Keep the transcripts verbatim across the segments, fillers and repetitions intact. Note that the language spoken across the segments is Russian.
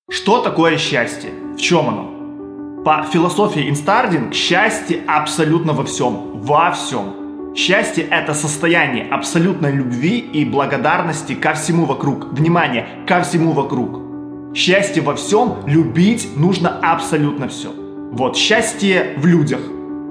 Что такое счастье? В чем оно? По философии Инстардинг, счастье абсолютно во всем. Во всем. Счастье – это состояние абсолютной любви и благодарности ко всему вокруг. Внимание, ко всему вокруг. Счастье во всем, любить нужно абсолютно все. Вот, счастье в людях,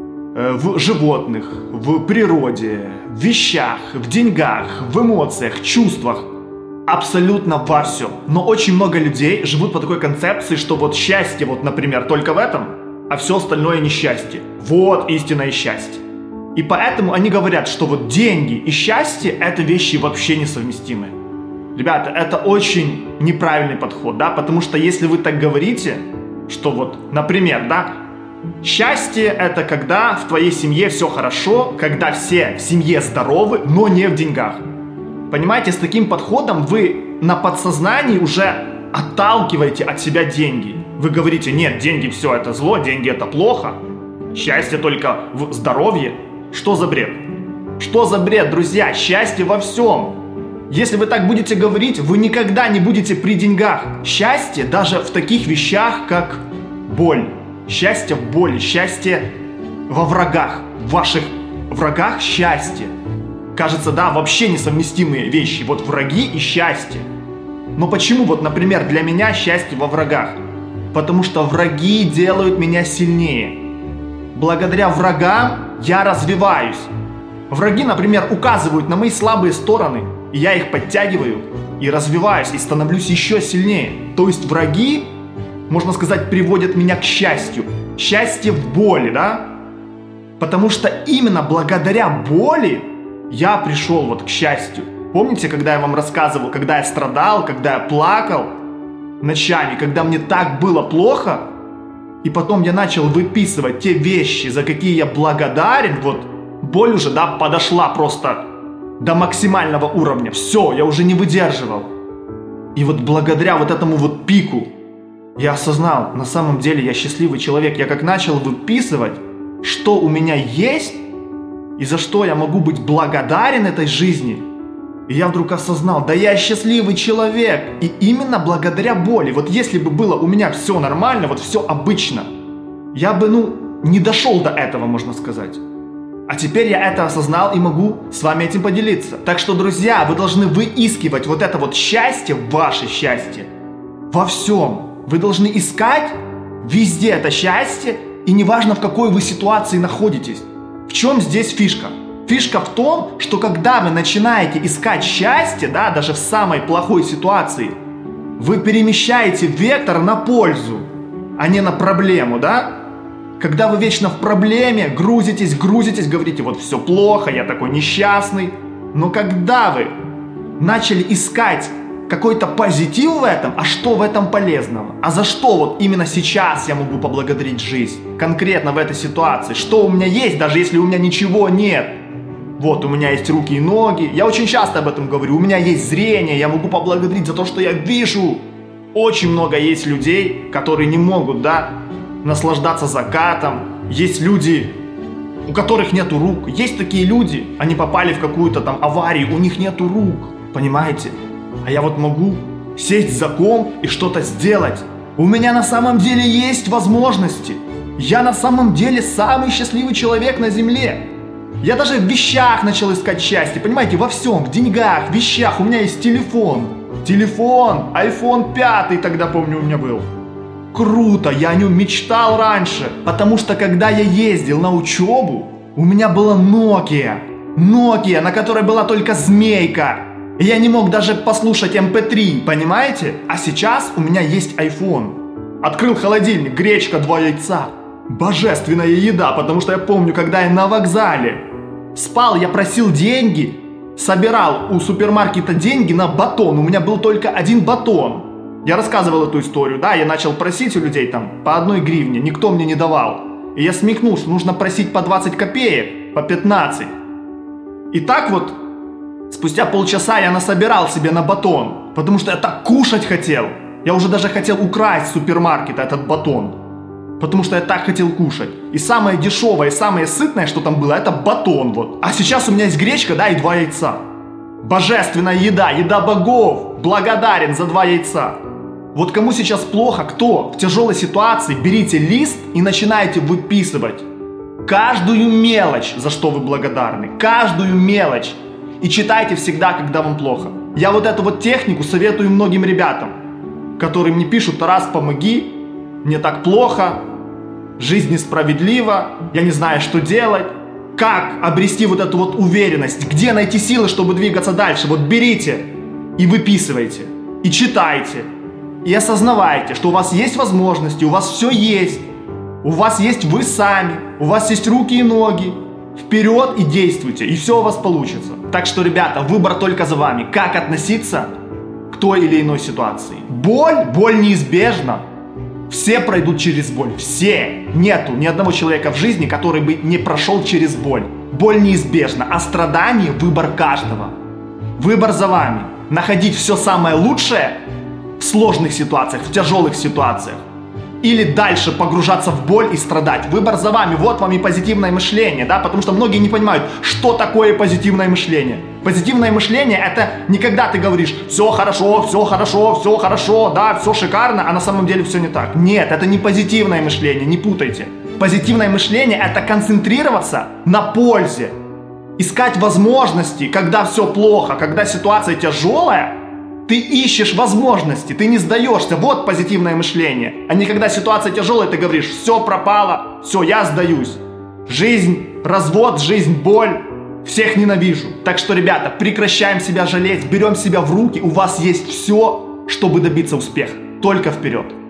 в животных, в природе, в вещах, в деньгах, в эмоциях, чувствах. Абсолютно во всем. Но очень много людей живут по такой концепции, что вот счастье, вот, например, только в этом, а все остальное несчастье. Вот истинное счастье. И поэтому они говорят, что вот деньги и счастье – это вещи вообще несовместимые. Ребята, это очень неправильный подход, да, потому что если вы так говорите, что вот, например, да, счастье – это когда в твоей семье все хорошо, когда все в семье здоровы, но не в деньгах. Понимаете, с таким подходом вы на подсознании уже отталкиваете от себя деньги. Вы говорите, нет, деньги все это зло, деньги это плохо, счастье только в здоровье. Что за бред? Что за бред, друзья? Счастье во всем. Если вы так будете говорить, вы никогда не будете при деньгах. Счастье даже в таких вещах, как боль. Счастье в боли, счастье во врагах. В ваших врагах счастье. Кажется, да, вообще несовместимые вещи. Вот враги и счастье. Но почему, вот, например, для меня счастье во врагах? Потому что враги делают меня сильнее. Благодаря врагам я развиваюсь. Враги, например, указывают на мои слабые стороны, и я их подтягиваю, и развиваюсь, и становлюсь еще сильнее. То есть враги, можно сказать, приводят меня к счастью. Счастье в боли, да? Потому что именно благодаря боли я пришел вот к счастью. Помните, когда я вам рассказывал, когда я страдал, когда я плакал ночами, когда мне так было плохо, и потом я начал выписывать те вещи, за какие я благодарен, вот боль уже, да, подошла просто до максимального уровня. Все, я уже не выдерживал. И вот благодаря вот этому вот пику я осознал, на самом деле я счастливый человек. Я как начал выписывать, что у меня есть, и за что я могу быть благодарен этой жизни. И я вдруг осознал, да я счастливый человек. И именно благодаря боли. Вот если бы было у меня все нормально, вот все обычно, я бы, ну, не дошел до этого, можно сказать. А теперь я это осознал и могу с вами этим поделиться. Так что, друзья, вы должны выискивать вот это вот счастье, ваше счастье, во всем. Вы должны искать везде это счастье, и неважно, в какой вы ситуации находитесь. В чем здесь фишка? Фишка в том, что когда вы начинаете искать счастье, да, даже в самой плохой ситуации, вы перемещаете вектор на пользу, а не на проблему, да? Когда вы вечно в проблеме, грузитесь, грузитесь, говорите, вот все плохо, я такой несчастный. Но когда вы начали искать какой-то позитив в этом, а что в этом полезного? А за что вот именно сейчас я могу поблагодарить жизнь? Конкретно в этой ситуации. Что у меня есть, даже если у меня ничего нет? Вот, у меня есть руки и ноги. Я очень часто об этом говорю. У меня есть зрение, я могу поблагодарить за то, что я вижу. Очень много есть людей, которые не могут, да, наслаждаться закатом. Есть люди, у которых нету рук. Есть такие люди, они попали в какую-то там аварию, у них нету рук. Понимаете? А я вот могу сесть за комп и что-то сделать. У меня на самом деле есть возможности. Я на самом деле самый счастливый человек на земле. Я даже в вещах начал искать счастье. Понимаете, во всем, в деньгах, в вещах. У меня есть телефон. Телефон, айфон пять тогда, помню, у меня был. Круто, я о нем мечтал раньше. Потому что когда я ездил на учебу, у меня была Nokia. Nokia, на которой была только змейка. И я не мог даже послушать эм пэ три, понимаете? А сейчас у меня есть iPhone. Открыл холодильник, гречка, два яйца. Божественная еда, потому что я помню, когда я на вокзале спал, я просил деньги, собирал у супермаркета деньги на батон. У меня был только один батон. Я рассказывал эту историю, да, я начал просить у людей там по одной гривне, никто мне не давал. И я смекнул, что нужно просить по двадцать копеек, по пятнадцать. И так вот, спустя полчаса я насобирал себе на батон, потому что я так кушать хотел. Я уже даже хотел украсть с супермаркета этот батон, потому что я так хотел кушать. И самое дешевое, и самое сытное, что там было, это батон вот. А сейчас у меня есть гречка, да, и два яйца. Божественная еда, еда богов. Благодарен за два яйца. Вот кому сейчас плохо, кто в тяжелой ситуации, берите лист и начинайте выписывать каждую мелочь, за что вы благодарны, каждую мелочь. И читайте всегда, когда вам плохо. Я вот эту вот технику советую многим ребятам, которые мне пишут: Тарас, помоги, мне так плохо, жизнь несправедлива, я не знаю, что делать. Как обрести вот эту вот уверенность, где найти силы, чтобы двигаться дальше? Вот берите и выписывайте, и читайте, и осознавайте, что у вас есть возможности, у вас все есть, у вас есть вы сами, у вас есть руки и ноги. Вперед и действуйте, и все у вас получится. Так что, ребята, выбор только за вами. Как относиться к той или иной ситуации? Боль, боль неизбежна. Все пройдут через боль. Все. Нету ни одного человека в жизни, который бы не прошел через боль. Боль неизбежна, а страдание – выбор каждого. Выбор за вами. Находить все самое лучшее в сложных ситуациях, в тяжелых ситуациях. Или дальше погружаться в боль и страдать. Выбор за вами. Вот вам и позитивное мышление, да, потому что многие не понимают, что такое позитивное мышление. Позитивное мышление – это не когда ты говоришь: все хорошо, все хорошо, все хорошо, да, все шикарно, а на самом деле все не так. Нет, это не позитивное мышление, не путайте. Позитивное мышление – это концентрироваться на пользе, искать возможности, когда все плохо, когда ситуация тяжелая. Ты ищешь возможности, ты не сдаешься. Вот позитивное мышление. А не когда ситуация тяжелая, ты говоришь: все пропало, все, я сдаюсь. Жизнь, развод, жизнь, боль. Всех ненавижу. Так что, ребята, прекращаем себя жалеть, берем себя в руки. У вас есть все, чтобы добиться успеха. Только вперед.